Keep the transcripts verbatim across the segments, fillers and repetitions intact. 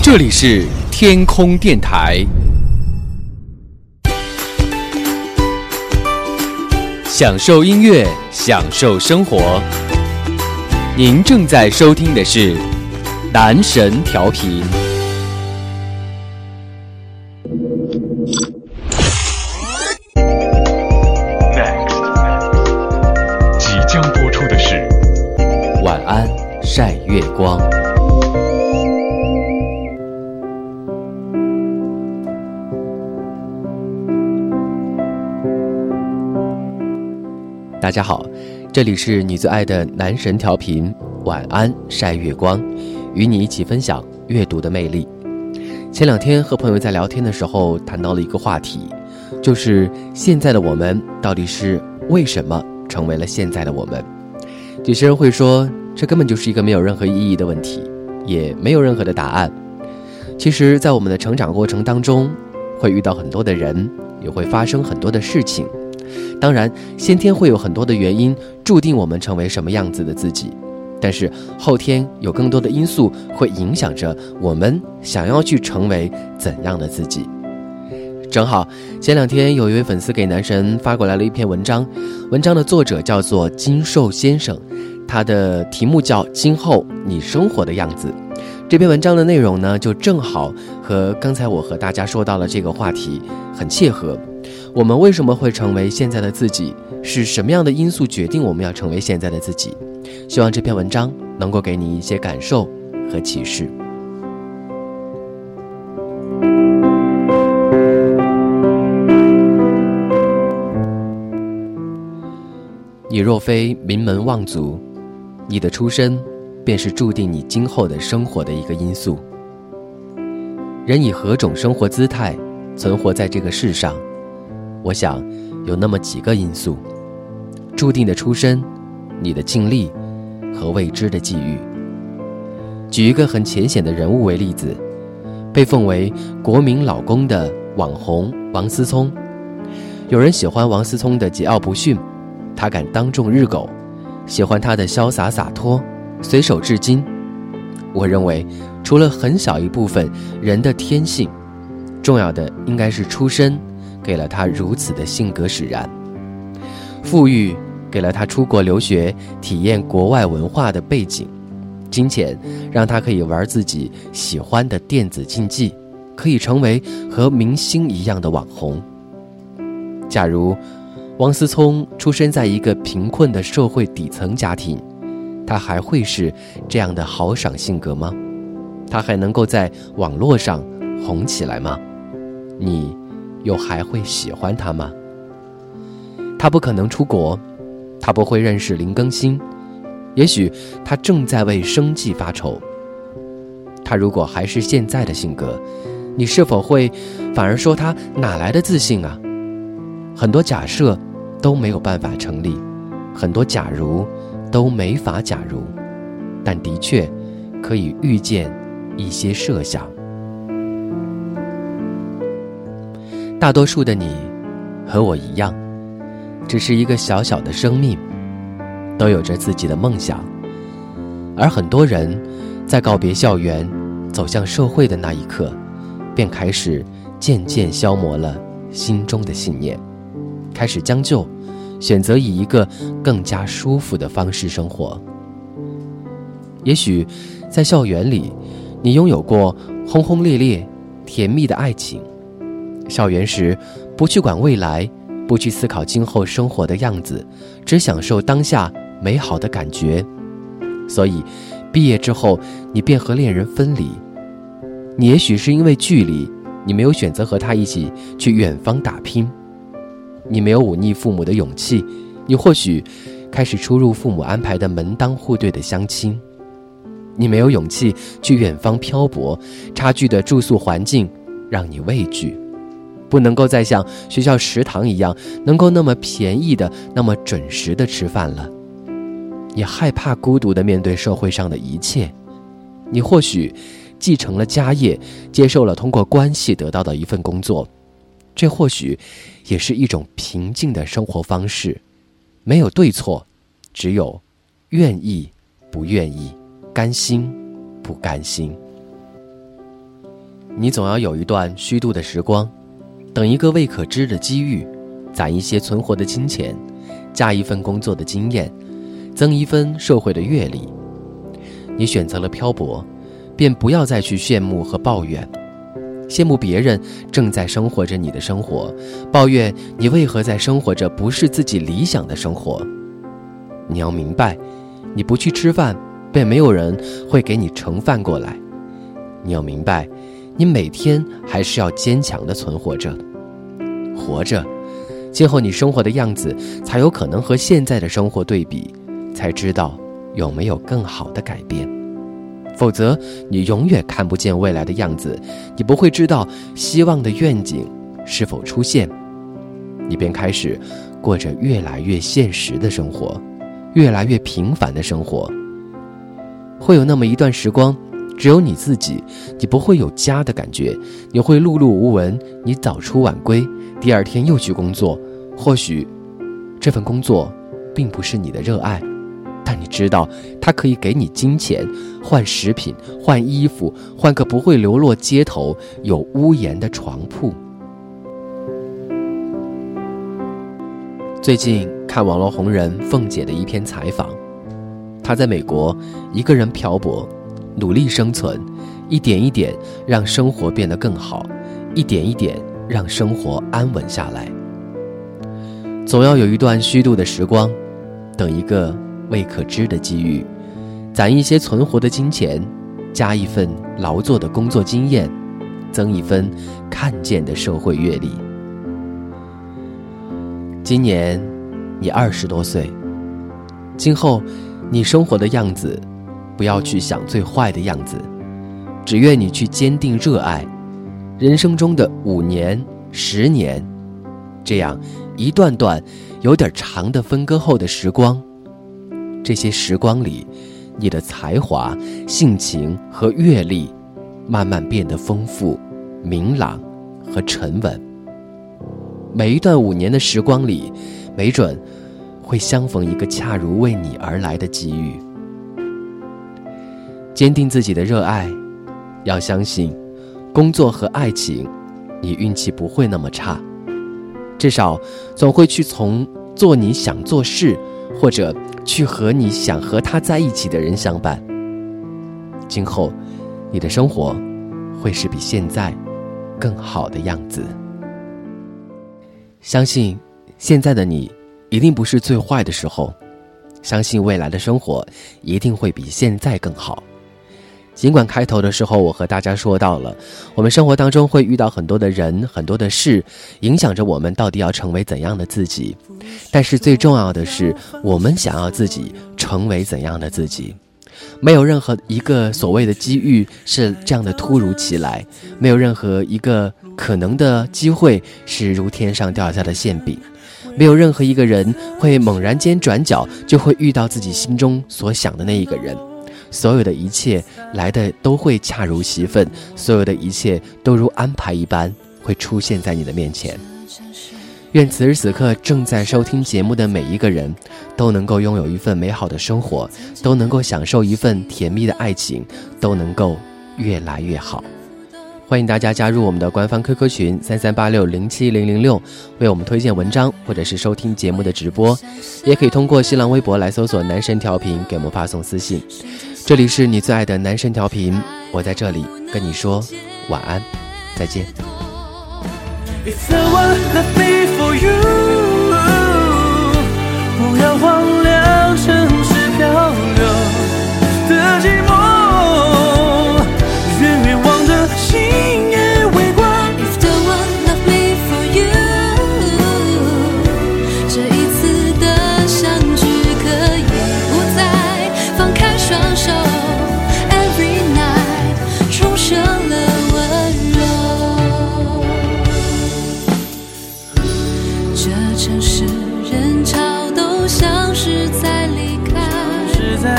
这里是天空电台，享受音乐，享受生活。您正在收听的是男神调频。 即将播出的是晚安晒月光。大家好，这里是你最爱的男神调频，晚安晒月光，与你一起分享阅读的魅力。前两天和朋友在聊天的时候谈到了一个话题，就是现在的我们到底是为什么成为了现在的我们。有些人会说，这根本就是一个没有任何意义的问题，也没有任何的答案。其实在我们的成长过程当中，会遇到很多的人，也会发生很多的事情。当然先天会有很多的原因注定我们成为什么样子的自己，但是后天有更多的因素会影响着我们想要去成为怎样的自己。正好前两天有一位粉丝给男神发过来了一篇文章，文章的作者叫做金寿先生，他的题目叫今后你生活的样子。这篇文章的内容呢，就正好和刚才我和大家说到了这个话题很切合。我们为什么会成为现在的自己？是什么样的因素决定我们要成为现在的自己？希望这篇文章能够给你一些感受和启示。你若非名门望族，你的出身便是注定你今后的生活的一个因素。人以何种生活姿态存活在这个世上，我想有那么几个因素：注定的出身、你的经历和未知的际遇。举一个很浅显的人物为例子，被奉为国民老公的网红王思聪。有人喜欢王思聪的桀骜不驯，他敢当众日狗，喜欢他的潇洒洒脱、随手至今。我认为除了很小一部分人的天性，重要的应该是出身给了他如此的性格使然。富裕给了他出国留学体验国外文化的背景，金钱让他可以玩自己喜欢的电子竞技，可以成为和明星一样的网红。假如王思聪出生在一个贫困的社会底层家庭，他还会是这样的豪爽性格吗？他还能够在网络上红起来吗？你又还会喜欢他吗？他不可能出国，他不会认识林更新，也许他正在为生计发愁。他如果还是现在的性格，你是否会反而说他哪来的自信啊？很多假设都没有办法成立，很多假如都没法假如，但的确可以预见一些设想。大多数的你和我一样，只是一个小小的生命，都有着自己的梦想。而很多人在告别校园走向社会的那一刻，便开始渐渐消磨了心中的信念，开始将就，选择以一个更加舒服的方式生活。也许在校园里，你拥有过轰轰烈烈甜蜜的爱情，校园时不去管未来，不去思考今后生活的样子，只享受当下美好的感觉。所以毕业之后，你便和恋人分离。你也许是因为距离，你没有选择和他一起去远方打拼，你没有忤逆父母的勇气，你或许开始出入父母安排的门当户对的相亲。你没有勇气去远方漂泊，差距的住宿环境让你畏惧，不能够再像学校食堂一样能够那么便宜的那么准时的吃饭了。你害怕孤独地面对社会上的一切，你或许继承了家业，接受了通过关系得到的一份工作，这或许也是一种平静的生活方式。没有对错，只有愿意不愿意，甘心不甘心。 你总要有一段虚度的时光，等一个未可知的机遇，攒一些存活的金钱，加一份工作的经验，增一分社会的阅历。你选择了漂泊，便不要再去羡慕和抱怨，羡慕别人正在生活着你的生活，抱怨你为何在生活着不是自己理想的生活。你要明白，你不去吃饭，便没有人会给你盛饭过来。你要明白，你每天还是要坚强地存活着，活着，今后你生活的样子才有可能和现在的生活对比，才知道有没有更好的改变。否则你永远看不见未来的样子，你不会知道希望的愿景是否出现，你便开始过着越来越现实的生活，越来越平凡的生活。会有那么一段时光，只有你自己，你不会有家的感觉，你会碌碌无闻，你早出晚归，第二天又去工作，或许这份工作并不是你的热爱，但你知道它可以给你金钱，换食品，换衣服，换个不会流落街头有屋檐的床铺。最近看网络红人凤姐的一篇采访，她在美国一个人漂泊，努力生存，一点一点让生活变得更好，一点一点让生活安稳下来。总要有一段虚度的时光，等一个未可知的机遇，攒一些存活的金钱，加一份劳作的工作经验，增一分看见的社会阅历。今年你二十多岁，今后你生活的样子，不要去想最坏的样子，只愿你去坚定热爱人生中的五年、十年，这样一段段有点长的分割后的时光，这些时光里，你的才华、性情和阅历慢慢变得丰富、明朗和沉稳。每一段五年的时光里，没准会相逢一个恰如为你而来的机遇。坚定自己的热爱，要相信工作和爱情，你运气不会那么差，至少总会去从做你想做事，或者去和你想和他在一起的人相伴。今后你的生活会是比现在更好的样子。相信现在的你一定不是最坏的时候，相信未来的生活一定会比现在更好。尽管开头的时候我和大家说到了，我们生活当中会遇到很多的人，很多的事，影响着我们到底要成为怎样的自己，但是最重要的是，我们想要自己成为怎样的自己。没有任何一个所谓的机遇是这样的突如其来，没有任何一个可能的机会是如天上掉下的馅饼，没有任何一个人会猛然间转角就会遇到自己心中所想的那一个人。所有的一切来的都会恰如其分，所有的一切都如安排一般会出现在你的面前。愿此时此刻正在收听节目的每一个人都能够拥有一份美好的生活，都能够享受一份甜蜜的爱情，都能够越来越好。欢迎大家加入我们的官方 Q Q 群三三八六零七零零六，为我们推荐文章或者是收听节目的直播，也可以通过新浪微博来搜索男神调频给我们发送私信。这里是你最爱的男神调频，我在这里跟你说晚安，再见。 If the one left me for you， 不要荒凉城市漂流的寂寞，远远望着星夜微光。 If the one left me for you， 这一次的相聚可以不再放开双手， Every night 重生了温柔。这城市人潮都像是在离开，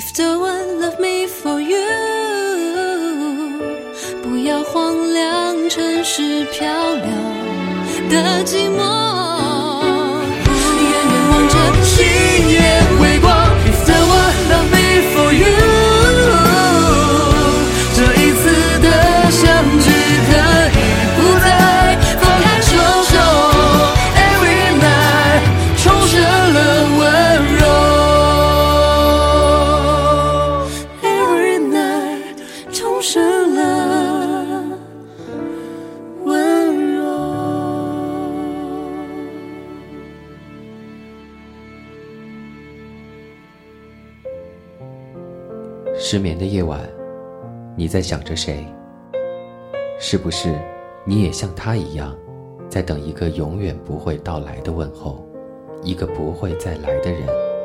If the one love me for you， 不要荒凉城市漂流的寂寞，远远望着星夜微光。 If the one love me for you， 这一次的相聚可以不再放开双手 ，Every night 重生了温柔 ，Every night 重生了温柔。 失眠的夜晚，你在想着谁？是不是你也像他一样，在等一个永远不会到来的问候，一个不会再来的人？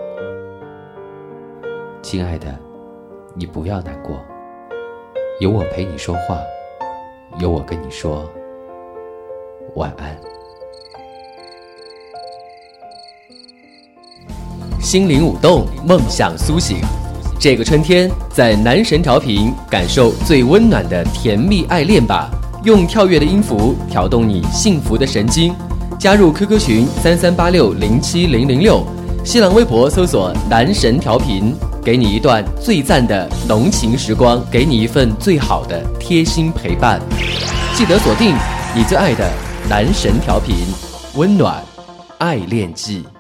亲爱的，你不要难过，有我陪你说话，有我跟你说晚安。心灵舞动，梦想苏醒。这个春天，在男神调频感受最温暖的甜蜜爱恋吧！用跳跃的音符挑动你幸福的神经。加入 Q Q 群三三八六零七零零六，新浪微博搜索男神调频，给你一段最赞的浓情时光，给你一份最好的贴心陪伴。记得锁定你最爱的男神调频，温暖爱恋季。